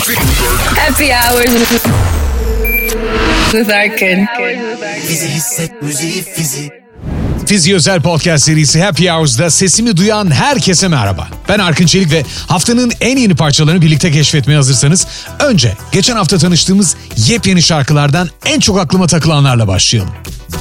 Happy Hours with Arkin. Fizi hisset müziği Fizi. Fizi özel podcast serisi Happy Hours'da sesimi duyan herkese merhaba. Ben Arkin Çelik ve haftanın en yeni parçalarını birlikte keşfetmeye hazırsanız önce geçen hafta tanıştığımız yepyeni şarkılardan en çok aklıma takılanlarla başlayalım.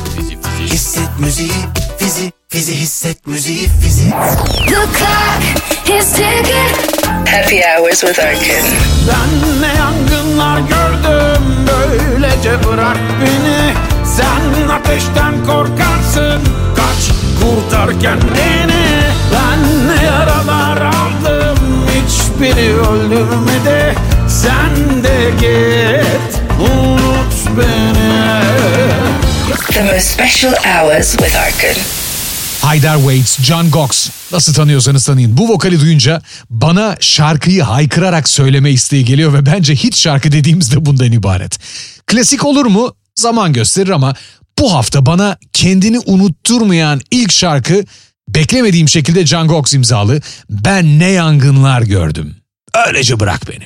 Hisset müziği Fizi. Fizi hisset müziği Fizi. The clock is ticking. Happy Hours with Arkin. Ben ne yangınlar gördüm, böylece bırak beni. Sen ateşten korkarsın, kaç kurtar kendini. Ben ne yaralar aldım, hiçbiri öldürmedi. Sen de git, unut beni. The most special hours with Arkin. Haydar Waits, John Gox, nasıl tanıyorsanız tanıyın. Bu vokali duyunca bana şarkıyı haykırarak söyleme isteği geliyor ve bence hiç şarkı dediğimiz de bundan ibaret. Klasik olur mu? Zaman gösterir ama bu hafta bana kendini unutturmayan ilk şarkı beklemediğim şekilde John Gox imzalı Ben Ne Yangınlar Gördüm. Öylece bırak beni.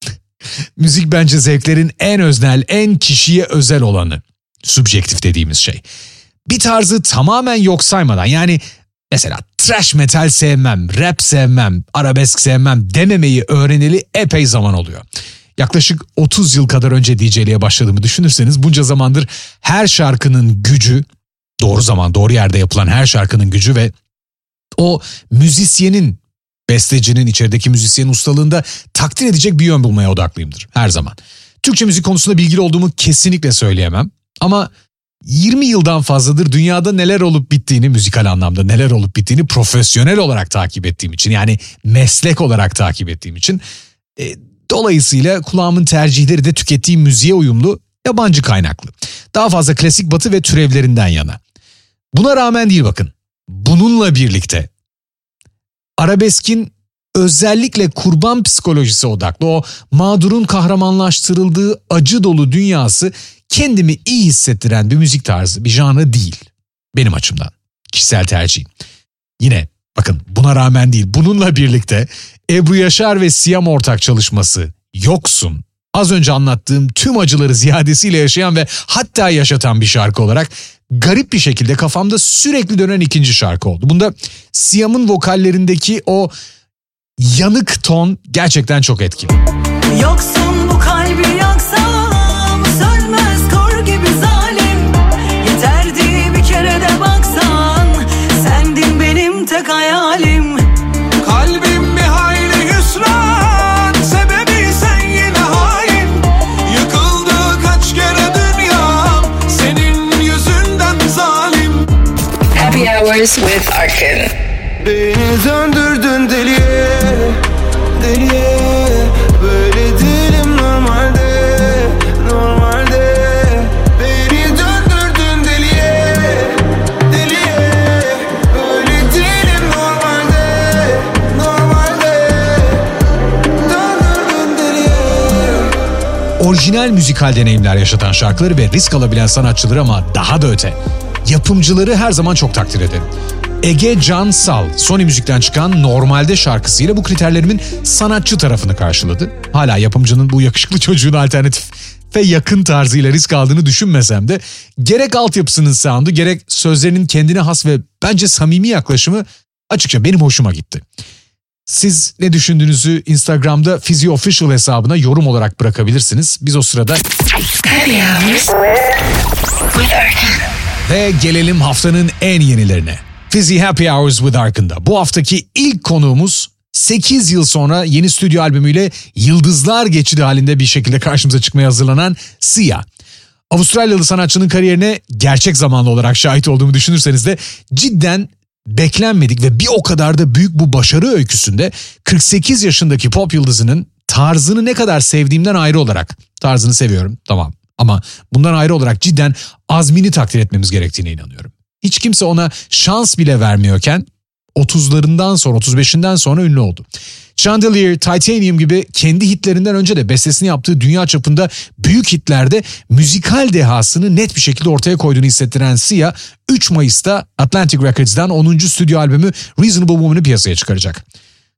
Müzik bence zevklerin en öznel, en kişiye özel olanı. Subjektif dediğimiz şey. Bir tarzı tamamen yok saymadan, yani mesela thrash metal sevmem, rap sevmem, arabesk sevmem dememeyi öğreneli epey zaman oluyor. Yaklaşık 30 yıl kadar önce DJ'liğe başladığımı düşünürseniz bunca zamandır her şarkının gücü, doğru zaman doğru yerde yapılan her şarkının gücü ve o müzisyenin, bestecinin, içerideki müzisyenin ustalığında takdir edecek bir yön bulmaya odaklıyımdır her zaman. Türkçe müzik konusunda bilgili olduğumu kesinlikle söyleyemem ama 20 yıldan fazladır dünyada neler olup bittiğini, müzikal anlamda neler olup bittiğini profesyonel olarak takip ettiğim için, yani meslek olarak takip ettiğim için dolayısıyla kulağımın tercihleri de tükettiğim müziğe uyumlu, yabancı kaynaklı. Daha fazla klasik batı ve türevlerinden yana. Buna rağmen değil bakın, bununla birlikte arabeskin özellikle kurban psikolojisi odaklı o mağdurun kahramanlaştırıldığı acı dolu dünyası kendimi iyi hissettiren bir müzik tarzı, bir janrı değil. Benim açımdan. Kişisel tercihim. Yine bakın buna rağmen değil, bununla birlikte Ebru Yaşar ve Siyam ortak çalışması Yoksun, az önce anlattığım tüm acıları ziyadesiyle yaşayan ve hatta yaşatan bir şarkı olarak garip bir şekilde kafamda sürekli dönen ikinci şarkı oldu. Bunda Siyam'ın vokallerindeki o yanık ton gerçekten çok etkili. Yoksun bu kalbi yaksam, sönmez kor gibi zalim. Yeterdi bir kere de baksan, sendin benim tek hayalim. Kalbim bir hayli hüsran, sebebi sen yine hain. Yıkıldı kaç kere dünyam, senin yüzünden zalim. Happy Hours with Arkin. Beni döndürdün deliye, deliye. Böyle değilim normalde, normalde. Beni döndürdün deliye, deliye. Böyle değilim normalde, normalde. Döndürdün deliye. Orijinal müzikal deneyimler yaşatan şarkıları ve risk alabilen sanatçıları ama daha da öte, yapımcıları her zaman çok takdir ederim. Ege Can Sal, Sony Müzik'ten çıkan Normalde şarkısıyla bu kriterlerimin sanatçı tarafını karşıladı. Hala yapımcının bu yakışıklı çocuğun alternatif ve yakın tarzıyla risk aldığını düşünmesem de gerek altyapısının sound'u gerek sözlerinin kendine has ve bence samimi yaklaşımı açıkça benim hoşuma gitti. Siz ne düşündüğünüzü Instagram'da Fizi Official hesabına yorum olarak bırakabilirsiniz. Biz o sırada Happy Hours with Arkin. ve gelelim haftanın en yenilerine. Fizi Happy Hours with Arkin'da. Bu haftaki ilk konuğumuz 8 yıl sonra yeni stüdyo albümüyle Yıldızlar Geçidi halinde bir şekilde karşımıza çıkmaya hazırlanan Sia. Avustralyalı sanatçının kariyerine gerçek zamanlı olarak şahit olduğumu düşünürseniz de cidden beklenmedik ve bir o kadar da büyük bu başarı öyküsünde 48 yaşındaki pop yıldızının tarzını ne kadar sevdiğimden ayrı olarak, tarzını seviyorum tamam ama bundan ayrı olarak cidden azmini takdir etmemiz gerektiğine inanıyorum. Hiç kimse ona şans bile vermiyorken 30'larından sonra, 35'inden sonra ünlü oldu. Chandelier, Titanium gibi kendi hitlerinden önce de bestesini yaptığı dünya çapında büyük hitlerde müzikal dehasını net bir şekilde ortaya koyduğunu hissettiren Sia, 3 Mayıs'ta Atlantic Records'dan 10. stüdyo albümü Reasonable Woman'ı piyasaya çıkaracak.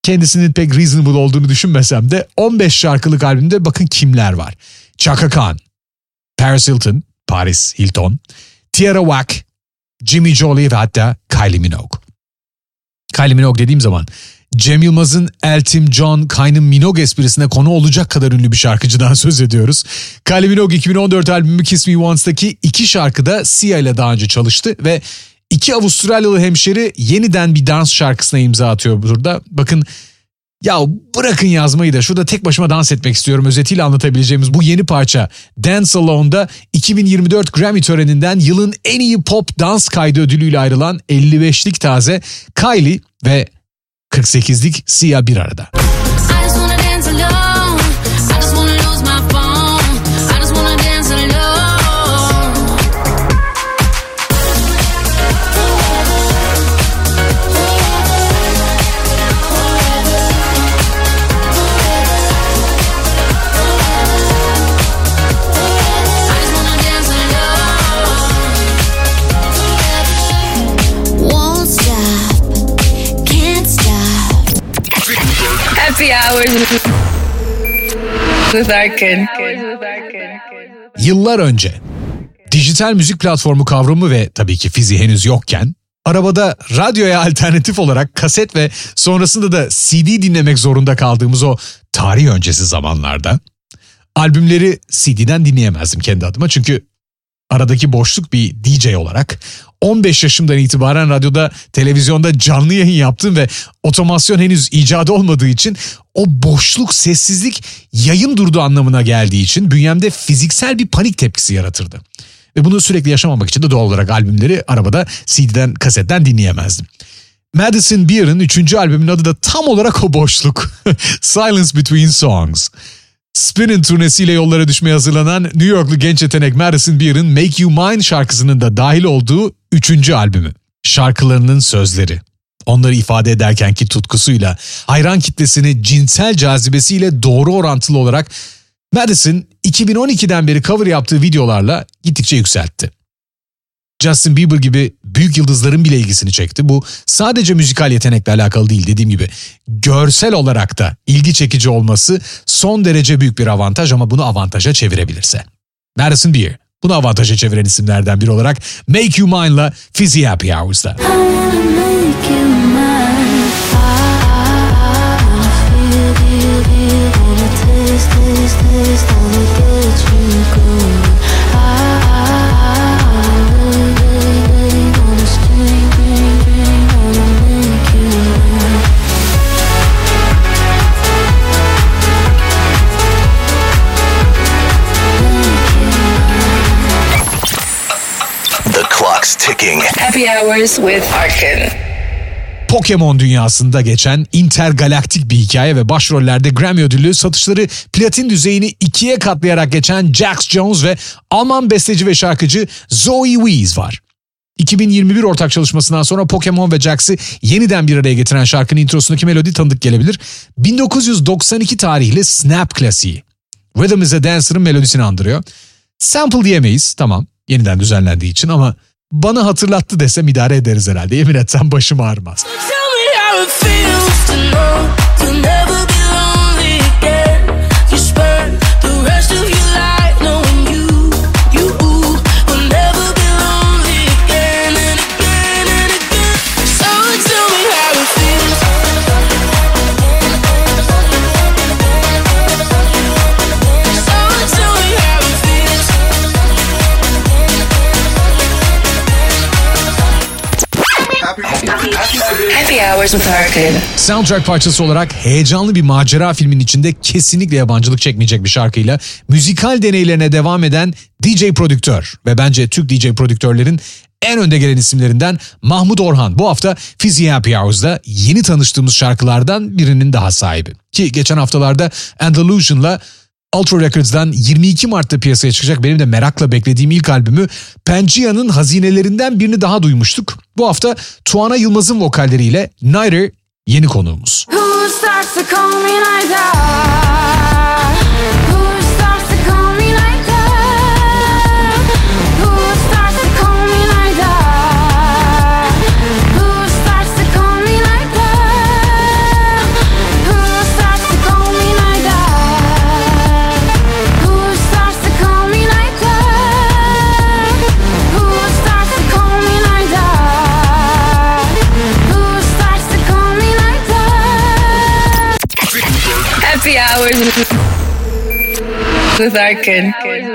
kendisinin pek reasonable olduğunu düşünmesem de 15 şarkılık albümde bakın kimler var. Chaka Khan, Paris Hilton, Tierra Whack, Jimmy Jolie ve hatta Kylie Minogue. Kylie Minogue dediğim zaman Cem Yılmaz'ın Elton John, Kylie Minogue esprisine konu olacak kadar ünlü bir şarkıcıdan söz ediyoruz. Kylie Minogue 2014 albümü Kiss Me Once'daki 2 şarkıda Sia ile daha önce çalıştı ve 2 Avustralyalı hemşeri yeniden bir dans şarkısına imza atıyor burada. Bakın ya bırakın yazmayı da şurada tek başıma dans etmek istiyorum özetiyle anlatabileceğimiz bu yeni parça Dance Alone'da 2024 Grammy töreninden yılın en iyi pop dans kaydı ödülüyle ayrılan 55'lik taze Kylie ve 48'lik Sia bir arada. Happy Hours with Arkin. Yıllar önce dijital müzik platformu kavramı ve tabii ki Fizi henüz yokken arabada radyoya alternatif olarak kaset ve sonrasında da CD dinlemek zorunda kaldığımız o tarih öncesi zamanlarda albümleri CD'den dinleyemezdim kendi adıma. Çünkü aradaki boşluk bir DJ olarak 15 yaşımdan itibaren radyoda, televizyonda canlı yayın yaptım ve otomasyon henüz icat olmadığı için o boşluk, sessizlik yayın durduğu anlamına geldiği için bünyemde fiziksel bir panik tepkisi yaratırdı. Ve bunu sürekli yaşamamak için de doğal olarak albümleri arabada CD'den, kasetten dinleyemezdim. Madison Beer'ın 3. albümünün adı da tam olarak o boşluk. Silence Between Songs. Spin'in turnesiyle yollara düşmeye hazırlanan New Yorklu genç yetenek Madison Beer'ın Make You Mine şarkısının da dahil olduğu 3. albümü. Şarkılarının sözleri, onları ifade ederkenki tutkusuyla, hayran kitlesini cinsel cazibesiyle doğru orantılı olarak Madison 2012'den beri cover yaptığı videolarla gittikçe yükseltti. Justin Bieber gibi büyük yıldızların bile ilgisini çekti. Bu sadece müzikal yetenekle alakalı değil, dediğim gibi. Görsel olarak da ilgi çekici olması son derece büyük bir avantaj ama bunu avantaja çevirebilirse. Madison Beer bunu avantaja çeviren isimlerden biri olarak Make You Mine'la Fizzy Happy Hours'da. Ticking. Happy Hours with Arkin. Pokemon dünyasında geçen intergalaktik bir hikaye ve başrollerde Grammy ödüllü, satışları platin düzeyini 2'ye katlayarak geçen Jax Jones ve Alman besteci ve şarkıcı Zoe Wees var. 2021 ortak çalışmasından sonra Pokemon ve Jax'ı yeniden bir araya getiren şarkının introsundaki melodi tanıdık gelebilir. 1992 tarihli Snap klasiği Rhythm is a Dancer'ın melodisini andırıyor. Sample diyemeyiz, tamam, yeniden düzenlendiği için, ama bana hatırlattı desem idare ederiz herhalde. Yemin etsem başım ağrımaz. Happy Hours with Arkin. Soundtrack parçası olarak heyecanlı bir macera filminin içinde kesinlikle yabancılık çekmeyecek bir şarkıyla müzikal deneylerine devam eden DJ prodüktör ve bence Türk DJ prodüktörlerin en önde gelen isimlerinden Mahmut Orhan bu hafta Fizzy Happy Hours'da yeni tanıştığımız şarkılardan birinin daha sahibi. Ki geçen haftalarda Andalusian'la Ultra Records'dan 22 Mart'ta piyasaya çıkacak benim de merakla beklediğim ilk albümü Pangea'nın hazinelerinden birini daha duymuştuk. Bu hafta Tuana Yılmaz'ın vokalleriyle Nighter yeni konuğumuz. Happy Hours with Arkin.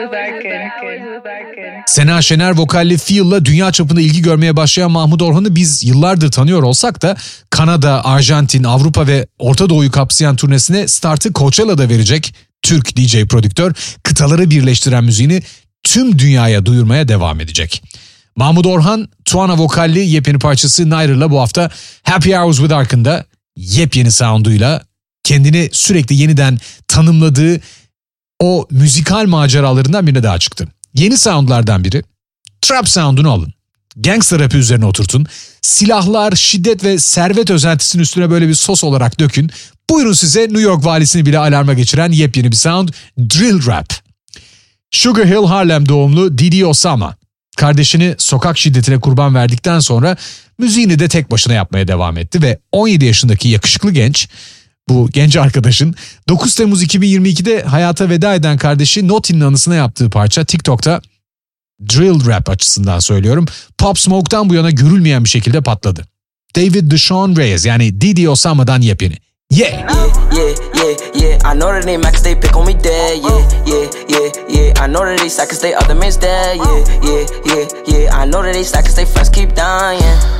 Sena Şener vokalli Feel'la dünya çapında ilgi görmeye başlayan Mahmut Orhan'ı biz yıllardır tanıyor olsak da Kanada, Arjantin, Avrupa ve Orta Doğu'yu kapsayan turnesine startı Coachella'da verecek Türk DJ prodüktör kıtaları birleştiren müziğini tüm dünyaya duyurmaya devam edecek. Mahmut Orhan, Tuana vokalli yepyeni parçası Nair'la bu hafta Happy Hours with Arkin'da yepyeni sound'uyla kendini sürekli yeniden tanımladığı o müzikal maceralarından birine daha çıktı. Yeni soundlardan biri, trap sound'unu alın. Gangster rap'i üzerine oturtun. Silahlar, şiddet ve servet özentisinin üstüne böyle bir sos olarak dökün. Buyurun size New York valisini bile alarma geçiren yepyeni bir sound, drill rap. Sugar Hill Harlem doğumlu Didi Osama, kardeşini sokak şiddetine kurban verdikten sonra müziğini de tek başına yapmaya devam etti ve 17 yaşındaki yakışıklı genç, bu genç arkadaşın 9 Temmuz 2022'de hayata veda eden kardeşi Noti'nin anısına yaptığı parça TikTok'ta drill rap açısından söylüyorum, Pop Smoke'tan bu yana görülmeyen bir şekilde patladı. David Deshaun Reyes yani Didi Osama'dan yepyeni. Yeah. Yeah. I know that they max, they pick on me dead. Yeah. I know that they sad cause they other men's dead. Yeah. I know that they sad cause they friends keep dying.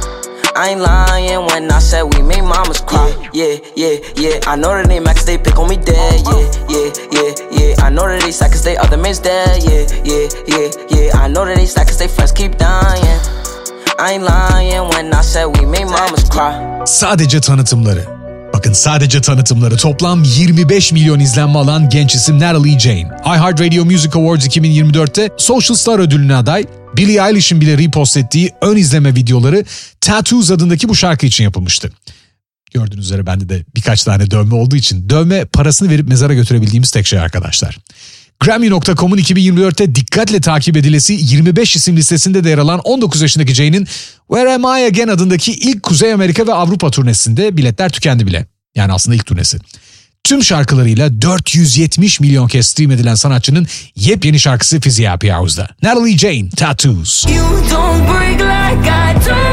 I ain't lying when I said we made mamas cry. Yeah. I know that they max, they pick on me dead. Yeah. I know that they sad cause they other men's dead. Yeah. I know that they sad cause they friends keep dying. I ain't lying when I said we made mamas cry. Sadece tanıtımları. Bakın sadece tanıtımları toplam 25 milyon izlenme alan genç isim Natalie Jane. iHeartRadio Music Awards 2024'te Social Star ödülüne aday, Billie Eilish'in bile repost ettiği ön izleme videoları Tattoos adındaki bu şarkı için yapılmıştı. Gördüğünüz üzere bende de birkaç tane dövme olduğu için dövme parasını verip mezara götürebildiğimiz tek şey arkadaşlar. Grammy.com'un 2024'te dikkatle takip edilesi 25 isim listesinde de yer alan 19 yaşındaki Jane'in Where Am I Again adındaki ilk Kuzey Amerika ve Avrupa turnesinde biletler tükendi bile. Yani aslında ilk turnesi. Tüm şarkılarıyla 470 milyon kez stream edilen sanatçının yepyeni şarkısı Fizzy Happy Hours'da. Natalie Jane, Tattoos. You don't break like I do.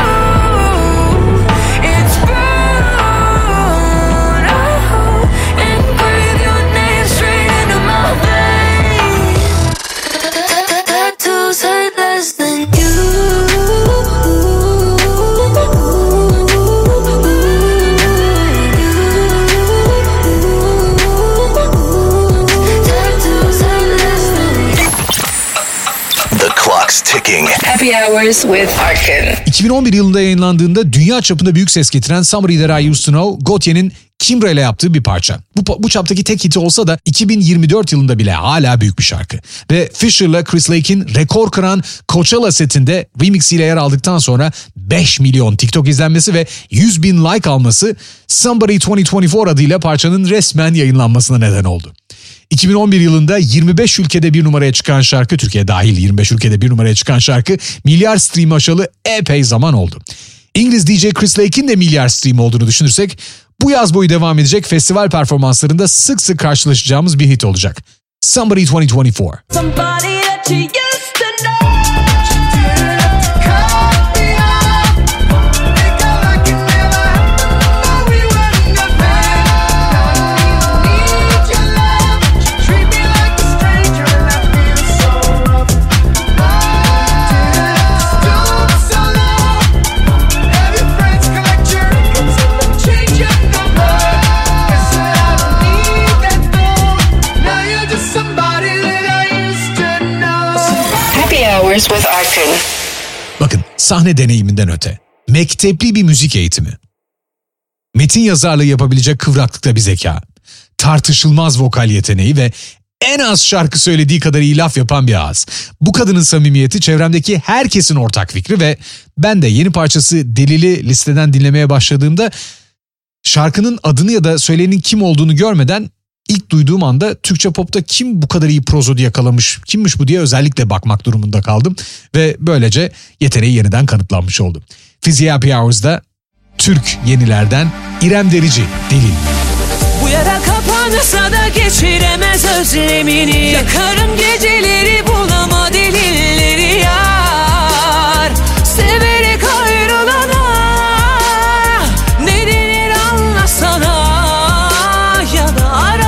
Happy Hours with Arkin. 2011 yılında yayınlandığında dünya çapında büyük ses getiren Somebody That I Used To Know, Gautier'in Kimbra ile yaptığı bir parça. Bu çaptaki tek hiti olsa da 2024 yılında bile hala büyük bir şarkı. Ve Fisher'la Chris Lake'in rekor kıran Coachella setinde remixiyle yer aldıktan sonra 5 milyon TikTok izlenmesi ve 100 bin like alması Somebody 2024 adıyla parçanın resmen yayınlanmasına neden oldu. 2011 yılında 25 ülkede bir numaraya çıkan şarkı, Türkiye dahil 25 ülkede bir numaraya çıkan şarkı milyar stream aşalı epey zaman oldu. İngiliz DJ Chris Lake'in de milyar stream olduğunu düşünürsek bu yaz boyu devam edecek festival performanslarında sık sık karşılaşacağımız bir hit olacak. Somebody 2024. Somebody that you used to know. With Arkin. Bakın sahne deneyiminden öte, mektepli bir müzik eğitimi, metin yazarlığı yapabilecek kıvraklıkta bir zeka, tartışılmaz vokal yeteneği ve en az şarkı söylediği kadar iyi laf yapan bir ağız. Bu kadının samimiyeti çevremdeki herkesin ortak fikri ve ben de yeni parçası Delil'i listeden dinlemeye başladığımda şarkının adını ya da söyleyenin kim olduğunu görmeden İlk duyduğum anda Türkçe popta kim bu kadar iyi prozodi yakalamış, kimmiş bu diye özellikle bakmak durumunda kaldım. Ve böylece yeteneği yeniden kanıtlanmış oldu. Fizzy Happy Hours'da Türk yenilerden İrem Derici, Delil. Bu yara kapanırsa da geçiremez özlemini. Yakarım geceleri bulama delilleri yar. Severek ayrılana ne denir anlasana. Ya da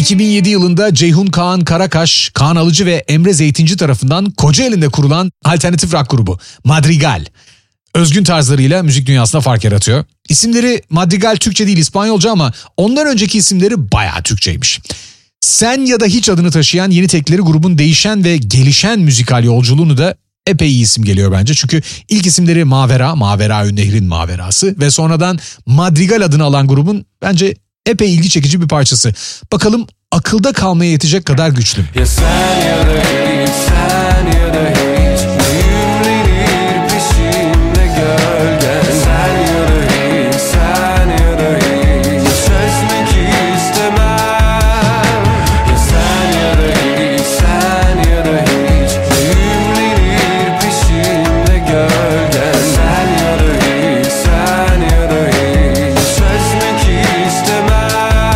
2007 yılında Ceyhun Kaan Karakaş, Kaan Alıcı ve Emre Zeytinci tarafından Kocaeli'nde kurulan alternatif rock grubu Madrigal. Özgün tarzlarıyla müzik dünyasında fark yaratıyor. İsimleri Madrigal Türkçe değil İspanyolca ama ondan önceki isimleri bayağı Türkçeymiş. Sen ya da Hiç adını taşıyan yeni tekleri grubun değişen ve gelişen müzikal yolculuğunu da epey iyi isim geliyor bence. Çünkü ilk isimleri Mavera, Maveraü Nehrin Maverası ve sonradan Madrigal adını alan grubun bence epey ilgi çekici bir parçası. Bakalım akılda kalmaya yetecek kadar güçlü mü? Ya sen ya da hiç, sen ya da hiç, düğümlenir peşinde gölgen. Sen ya da hiç, sen ya da hiç, çözmek istemem. Ya sen ya da hiç, sen ya da hiç, düğümlenir peşinde gölgen. Sen ya da hiç, sen ya da hiç, çözmek istemem.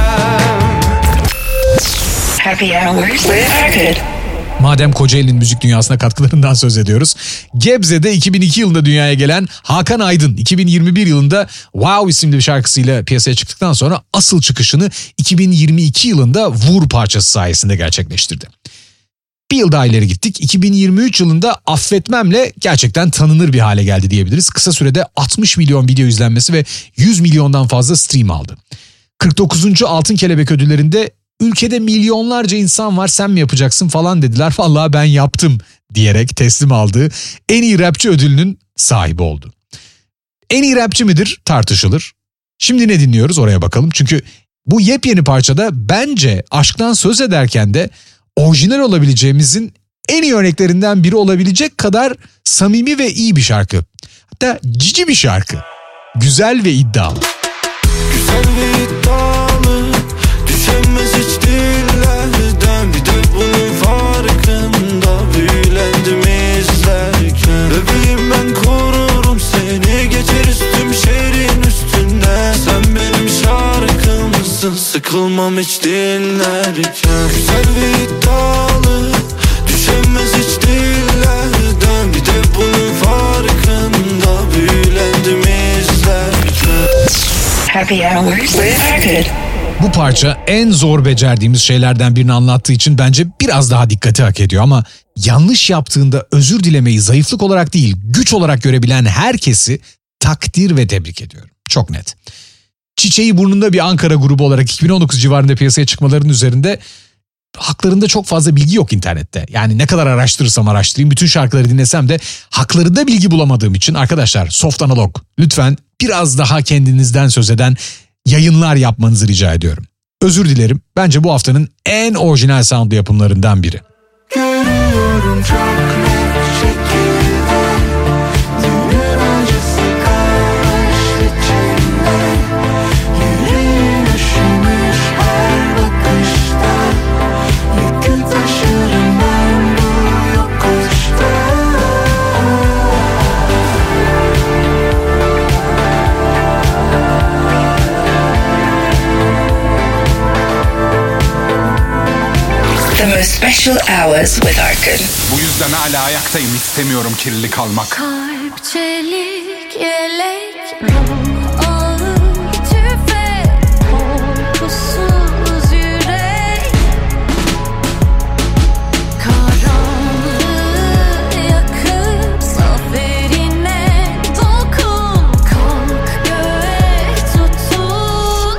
Happy Hours with Arcade. Madem Kocaeli'nin müzik dünyasına katkılarından söz ediyoruz. Gebze'de 2002 yılında dünyaya gelen Hakan Aydın 2021 yılında Wow isimli bir şarkısıyla piyasaya çıktıktan sonra asıl çıkışını 2022 yılında Vur parçası sayesinde gerçekleştirdi. Bir yıl daha ileri gittik. 2023 yılında Affetmem'le gerçekten tanınır bir hale geldi diyebiliriz. Kısa sürede 60 milyon video izlenmesi ve 100 milyondan fazla stream aldı. 49. Altın Kelebek ödüllerinde ülkede milyonlarca insan var sen mi yapacaksın falan dediler. Vallahi ben yaptım diyerek teslim aldığı en iyi rapçi ödülünün sahibi oldu. En iyi rapçi midir tartışılır. Şimdi ne dinliyoruz oraya bakalım. Çünkü bu yepyeni parçada bence aşktan söz ederken de orijinal olabileceğimizin en iyi örneklerinden biri olabilecek kadar samimi ve iyi bir şarkı. Hatta cici bir şarkı. Güzel ve iddialı. Güzel ve iddialı, düşemez hiç dillerden. Bir de bunun farkında büyülendim izlerken. Bebeğim ben korurum seni, geçeriz tüm şehrin üstünden. Sen benim şarkımsın, sıkılmam hiç dinlerken. Güzel ve iddialı, düşemez hiç dillerden. Bir de bunun farkında büyülendim izlerken. Happy Hours with Arcade. Bu parça en zor becerdiğimiz şeylerden birini anlattığı için bence biraz daha dikkati hak ediyor ama yanlış yaptığında özür dilemeyi zayıflık olarak değil güç olarak görebilen herkesi takdir ve tebrik ediyorum. Çok net. Çiçeği burnunda bir Ankara grubu olarak 2019 civarında piyasaya çıkmalarının üzerinde haklarında çok fazla bilgi yok internette. Yani ne kadar araştırırsam araştırayım, bütün şarkıları dinlesem de haklarında bilgi bulamadığım için arkadaşlar Soft Analog lütfen biraz daha kendinizden söz eden yayınlar yapmanızı rica ediyorum. Özür dilerim. Bence bu haftanın en orijinal sound yapımlarından biri. Görüyorum çok net şekilde, günün acısı kalmış içinde. Yüreğim üşümüş her bakışta, yükü taşırım ben bu yokuşta. The most special hours with Arcade. Bu yüzden hala ayaktayım, istemiyorum kirli kalmak. Kalp çelik yelek, ruh ağır tüfek, korkusuz yürek. Karanlığı yakıp zaferine dokun, kalk göğe tutun.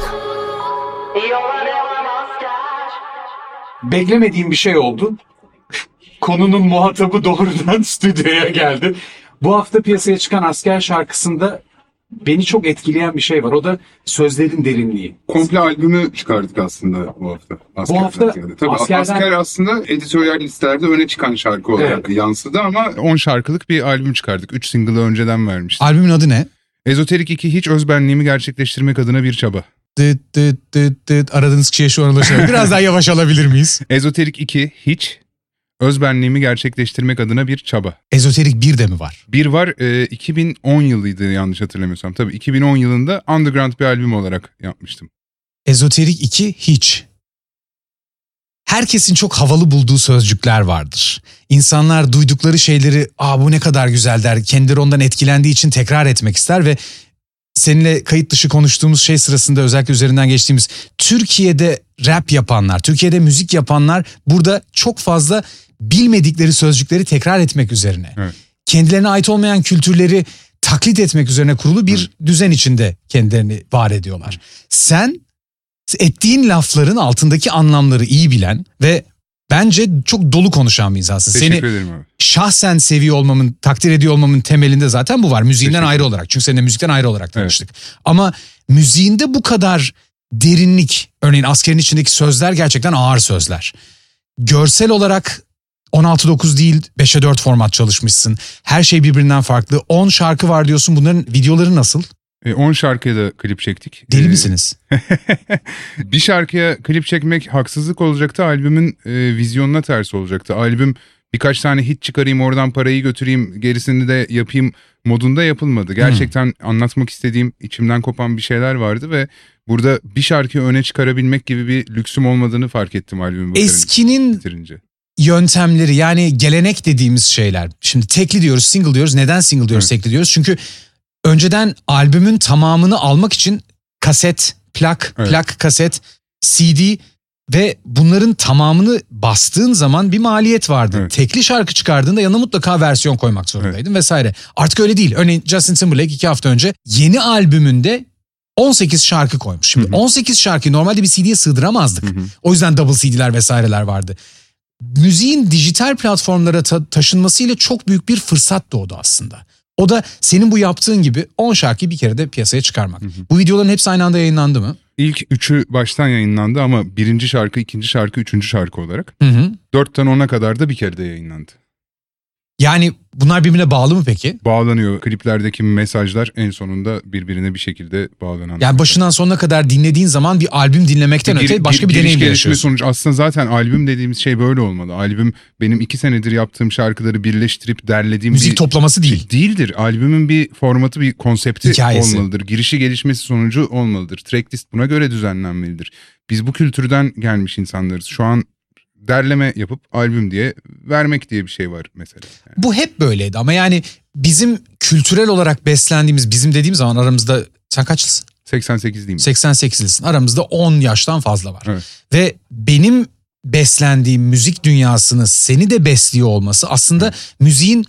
Beklemediğim bir şey oldu. Konunun muhatabı doğrudan stüdyoya geldi. Bu hafta piyasaya çıkan Asker şarkısında beni çok etkileyen bir şey var. O da sözlerin derinliği. Komple albümü çıkardık aslında bu hafta. Bu hafta Tabii Asker'den... Asker aslında editoryal listelerde öne çıkan şarkı olarak yansıdı ama 10 şarkılık bir albüm çıkardık. 3 single'ı önceden vermiştik. Albümün adı ne? Ezoterik 2 hiç özbenliğimi gerçekleştirmek adına bir çaba. Aradığınız kişiye şu an ulaşabilir. Biraz daha yavaş alabilir miyiz? Ezoterik 2 hiç özbenliğimi gerçekleştirmek adına bir çaba. Ezoterik 1 de mi var? Bir var 2010 yılıydı yanlış hatırlamıyorsam. Tabii 2010 yılında underground bir albüm olarak yapmıştım. Ezoterik 2 hiç. Herkesin çok havalı bulduğu sözcükler vardır. İnsanlar duydukları şeyleri bu ne kadar güzel der. Kendileri ondan etkilendiği için tekrar etmek ister ve seninle kayıt dışı konuştuğumuz şey sırasında özellikle üzerinden geçtiğimiz Türkiye'de rap yapanlar, Türkiye'de müzik yapanlar burada çok fazla bilmedikleri sözcükleri tekrar etmek üzerine. Evet. Kendilerine ait olmayan kültürleri taklit etmek üzerine kurulu bir düzen içinde kendilerini var ediyorlar. Sen ettiğin lafların altındaki anlamları iyi bilen ve bence çok dolu konuşan bir insansın. Teşekkür Seni ederim abi. şahsen seviyor olmamın, takdir ediyor olmamın temelinde zaten bu var. Müziğinden ayrı olarak. Çünkü seninle müzikten ayrı olarak tanıştık. Ama müziğinde bu kadar derinlik, örneğin Askerin içindeki sözler gerçekten ağır sözler. Görsel olarak 16:9 değil 5'e 4 format çalışmışsın. Her şey birbirinden farklı. 10 şarkı var diyorsun. Bunların videoları nasıl? 10 şarkıya da klip çektik. Deli misiniz? Bir şarkıya klip çekmek haksızlık olacaktı. Albümün vizyonuna ters olacaktı. Albüm birkaç tane hit çıkarayım, oradan parayı götüreyim, gerisini de yapayım modunda yapılmadı. Gerçekten anlatmak istediğim, içimden kopan bir şeyler vardı ve burada bir şarkıyı öne çıkarabilmek gibi bir lüksüm olmadığını fark ettim albümü Eskinin bitirince. Yöntemleri, yani gelenek dediğimiz şeyler. Şimdi tekli diyoruz, single diyoruz. Neden single diyoruz, tekli diyoruz? Çünkü önceden albümün tamamını almak için kaset, plak, kaset, CD ve bunların tamamını bastığın zaman bir maliyet vardı. Evet. Tekli şarkı çıkardığında yanına mutlaka versiyon koymak zorundaydın vesaire. Artık öyle değil. Örneğin Justin Timberlake 2 hafta önce yeni albümünde 18 şarkı koymuş. Şimdi 18 şarkıyı normalde bir CD'ye sığdıramazdık. O yüzden double CD'ler vesaireler vardı. Müziğin dijital platformlara taşınmasıyla çok büyük bir fırsat doğdu aslında. O da senin bu yaptığın gibi 10 şarkıyı bir kere de piyasaya çıkarmak. Bu videoların hepsi aynı anda yayınlandı mı? İlk 3'ü baştan yayınlandı ama birinci şarkı, ikinci şarkı, üçüncü şarkı olarak. 4'ten 10'a kadar da bir kere de yayınlandı. Yani bunlar birbirine bağlı mı peki? Bağlanıyor. Kliplerdeki mesajlar en sonunda birbirine bir şekilde bağlanan. Yani başından sonuna kadar dinlediğin zaman bir albüm dinlemekten öte başka bir deneyim yaşıyorsun. Sonuç aslında zaten albüm dediğimiz şey böyle olmalı. Albüm benim 2 senedir yaptığım şarkıları birleştirip derlediğim müzik toplaması değil. Değildir. Albümün bir formatı, bir konsepti hikayesi olmalıdır. Girişi, gelişmesi, sonucu olmalıdır. Tracklist buna göre düzenlenmelidir. Biz bu kültürden gelmiş insanlarız. Şu an derleme yapıp albüm diye vermek diye bir şey var mesela. Yani. Bu hep böyleydi ama yani bizim kültürel olarak beslendiğimiz, bizim dediğim zaman aramızda, sen kaçlısın? 88'liyim. 88'lisin. Aramızda 10 yaştan fazla var. Evet. Ve benim beslendiğim müzik dünyasını seni de besliyor olması aslında müziğin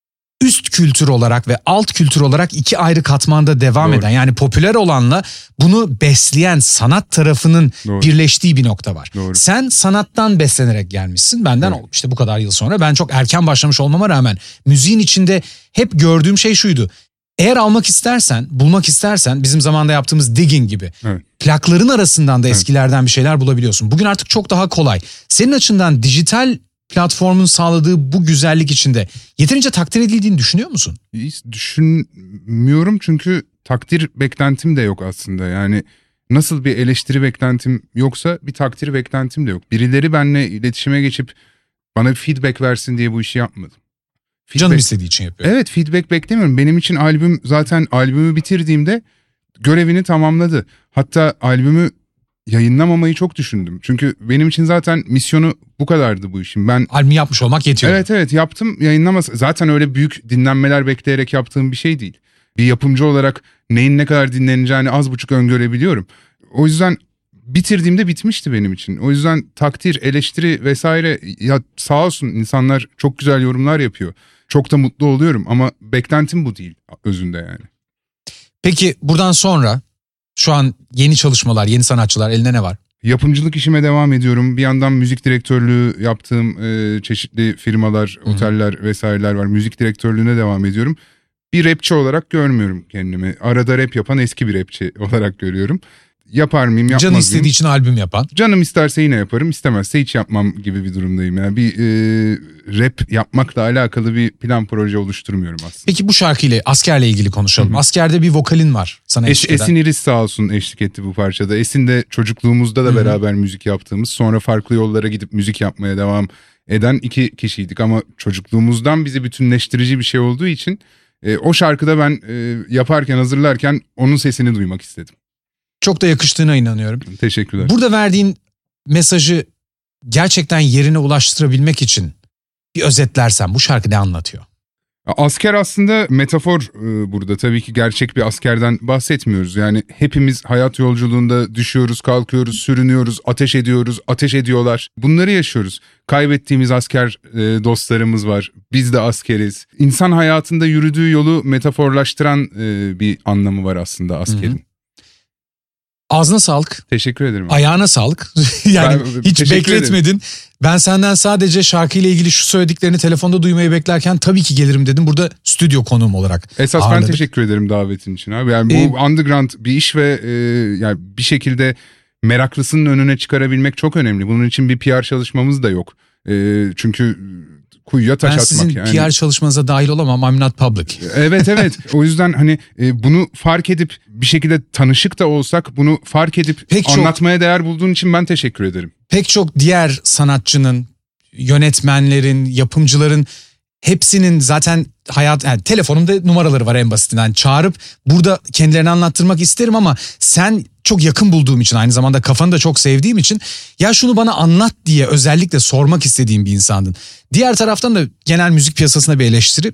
üst kültür olarak ve alt kültür olarak 2 ayrı katmanda devam eden, yani popüler olanla bunu besleyen sanat tarafının birleştiği bir nokta var. Sen sanattan beslenerek gelmişsin. Benden işte bu kadar yıl sonra, ben çok erken başlamış olmama rağmen müziğin içinde hep gördüğüm şey şuydu. Eğer almak istersen, bulmak istersen bizim zamanda yaptığımız digging gibi plakların arasından da eskilerden bir şeyler bulabiliyorsun. Bugün artık çok daha kolay. Senin açından dijital platformun sağladığı bu güzellik içinde yeterince takdir edildiğini düşünüyor musun? Hiç düşünmüyorum çünkü takdir beklentim de yok aslında. Yani nasıl bir eleştiri beklentim yoksa bir takdir beklentim de yok. Birileri benimle iletişime geçip bana bir feedback versin diye bu işi yapmadım. Canım istediği için yapıyor. Evet, feedback beklemiyorum. Benim için albüm, zaten albümü bitirdiğimde görevini tamamladı. Hatta albümü yayınlamamayı çok düşündüm. Çünkü benim için zaten misyonu bu kadardı bu işin. Ben albümü yapmış olmak yetiyor. Evet yaptım, yayınlaması. Zaten öyle büyük dinlenmeler bekleyerek yaptığım bir şey değil. Bir yapımcı olarak neyin ne kadar dinleneceğini az buçuk öngörebiliyorum. O yüzden bitirdiğimde bitmişti benim için. O yüzden takdir, eleştiri vesaire, ya sağ olsun insanlar çok güzel yorumlar yapıyor. Çok da mutlu oluyorum ama beklentim bu değil özünde yani. Peki buradan sonra şu an yeni çalışmalar, yeni sanatçılar, elinde ne var? Yapımcılık işime devam ediyorum. Bir yandan müzik direktörlüğü yaptığım çeşitli firmalar, oteller vesaireler var. Müzik direktörlüğüne devam ediyorum. Bir rapçi olarak görmüyorum kendimi. Arada rap yapan eski bir rapçi olarak görüyorum. Yapar mıyım, yapmaz mıyım? Canı istediği için albüm yapan. Canım isterse yine yaparım, istemezse hiç yapmam gibi bir durumdayım. Yani bir rap yapmakla alakalı bir plan proje oluşturmuyorum aslında. Peki bu şarkıyla, Asker'le ilgili konuşalım. Asker'de bir vokalin var sana eşlik eden. Esin İris sağ olsun eşlik etti bu parçada. Esin de çocukluğumuzda da beraber müzik yaptığımız, sonra farklı yollara gidip müzik yapmaya devam eden 2 kişiydik. Ama çocukluğumuzdan bizi bütünleştirici bir şey olduğu için o şarkıda ben yaparken, hazırlarken onun sesini duymak istedim. Çok da yakıştığına inanıyorum. Teşekkürler. Burada verdiğin mesajı gerçekten yerine ulaştırabilmek için bir özetlersen bu şarkı ne anlatıyor? Asker aslında metafor burada. Tabii ki gerçek bir askerden bahsetmiyoruz. Yani hepimiz hayat yolculuğunda düşüyoruz, kalkıyoruz, sürünüyoruz, ateş ediyoruz, ateş ediyorlar. Bunları yaşıyoruz. Kaybettiğimiz asker dostlarımız var. Biz de askeriz. İnsan hayatında yürüdüğü yolu metaforlaştıran bir anlamı var aslında askerin. Hı-hı. Ağzına sağlık. Teşekkür ederim. Ayağına sağlık. Yani hiç bekletmedin. Ederim. Ben senden sadece şarkıyla ilgili şu söylediklerini telefonda duymayı beklerken tabii ki gelirim dedim. Burada stüdyo konuğum olarak esas ağırladık. Ben teşekkür ederim davetin için abi. Yani bu underground bir iş ve yani bir şekilde meraklısının önüne çıkarabilmek çok önemli. Bunun için bir PR çalışmamız da yok. Çünkü kuyuya taş atmak yani. Ben sizin PR çalışmanıza dahil olamam. I'm not public. Evet. O yüzden hani bunu fark edip bir şekilde tanışık da olsak bunu fark edip anlatmaya değer bulduğun için ben teşekkür ederim. Pek çok diğer sanatçının, yönetmenlerin, yapımcıların hepsinin zaten yani telefonumda numaraları var en basitinden. Çağırıp burada kendilerini anlattırmak isterim ama sen çok yakın bulduğum için, aynı zamanda kafanı da çok sevdiğim için ya şunu bana anlat diye özellikle sormak istediğim bir insandın. Diğer taraftan da genel müzik piyasasına bir eleştiri.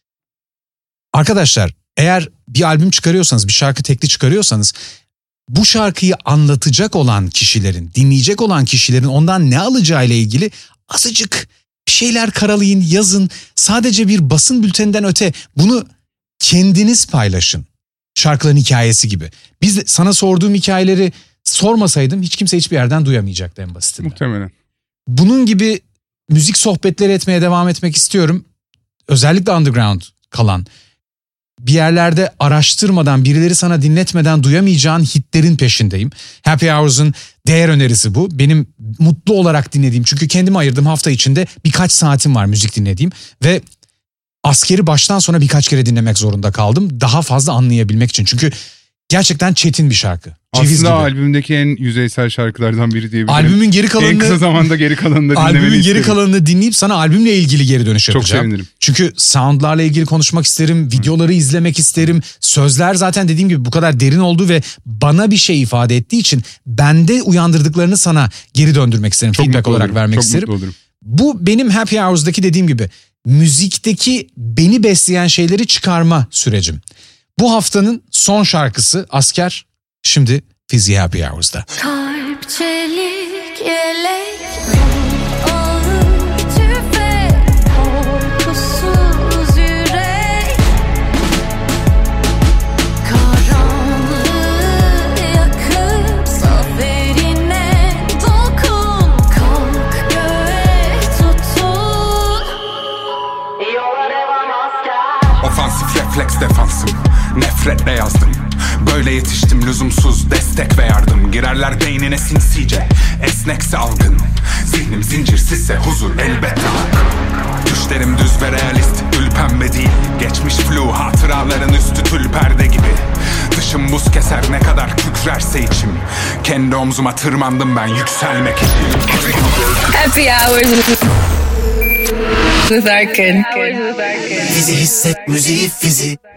Arkadaşlar, eğer bir albüm çıkarıyorsanız, bir şarkı tekli çıkarıyorsanız bu şarkıyı anlatacak olan kişilerin, dinleyecek olan kişilerin ondan ne alacağıyla ilgili azıcık bir şeyler karalayın, yazın. Sadece bir basın bülteninden öte bunu kendiniz paylaşın. Şarkıların hikayesi gibi. Biz de sana sorduğum hikayeleri sormasaydım hiç kimse hiçbir yerden duyamayacaktı en basitinden. Muhtemelen. Bunun gibi müzik sohbetleri etmeye devam etmek istiyorum. Özellikle underground kalan. Bir yerlerde araştırmadan, birileri sana dinletmeden duyamayacağın hitlerin peşindeyim. Happy Hours'un değer önerisi bu. Benim mutlu olarak dinlediğim, çünkü kendime ayırdığım hafta içinde birkaç saatim var müzik dinlediğim ve Asker'i baştan sona birkaç kere dinlemek zorunda kaldım. Daha fazla anlayabilmek için. Çünkü gerçekten çetin bir şarkı. Ceviz aslında gibi. Albümdeki en yüzeysel şarkılardan biri diyebilirim. Albümün geri kalanını, en kısa zamanda geri kalanını dinlemeni albümün isterim. geri kalanını dinleyip sana albümle ilgili geri dönüş yapacağım. Çok sevinirim. Çünkü soundlarla ilgili konuşmak isterim. Videoları izlemek isterim. Sözler zaten dediğim gibi bu kadar derin olduğu ve bana bir şey ifade ettiği için bende uyandırdıklarını sana geri döndürmek isterim. Çok feedback olarak olurum. vermek çok isterim. Mutlu olurum. Bu benim Happy Hours'daki dediğim gibi müzikteki beni besleyen şeyleri çıkarma sürecim. Bu haftanın son şarkısı Asker. Şimdi Fizzy Happy Hours'da. Kalp çelik yelek, ağır tüfek, korkusuz yürek, karanlığı yakıp zaferine dokun, kalk göğe tutun. Yola devam asker. Ofansif refleks defansım, nefretle yazdım. Böyle yetiştim, lüzumsuz destek ve yardım. Girerler beynine sinsice, esnekse algın. Zihnim zincirsizse huzur elbette hak. Düşlerim düz ve realist, gül pembe değil. Geçmiş flu, hatıraların üstü tül perde gibi. Dışım buz keser, ne kadar kükrerse içim. Kendi omzuma tırmandım ben yükselmek için. Happy Hours with Arkin. Fizi hisset müziği fizi.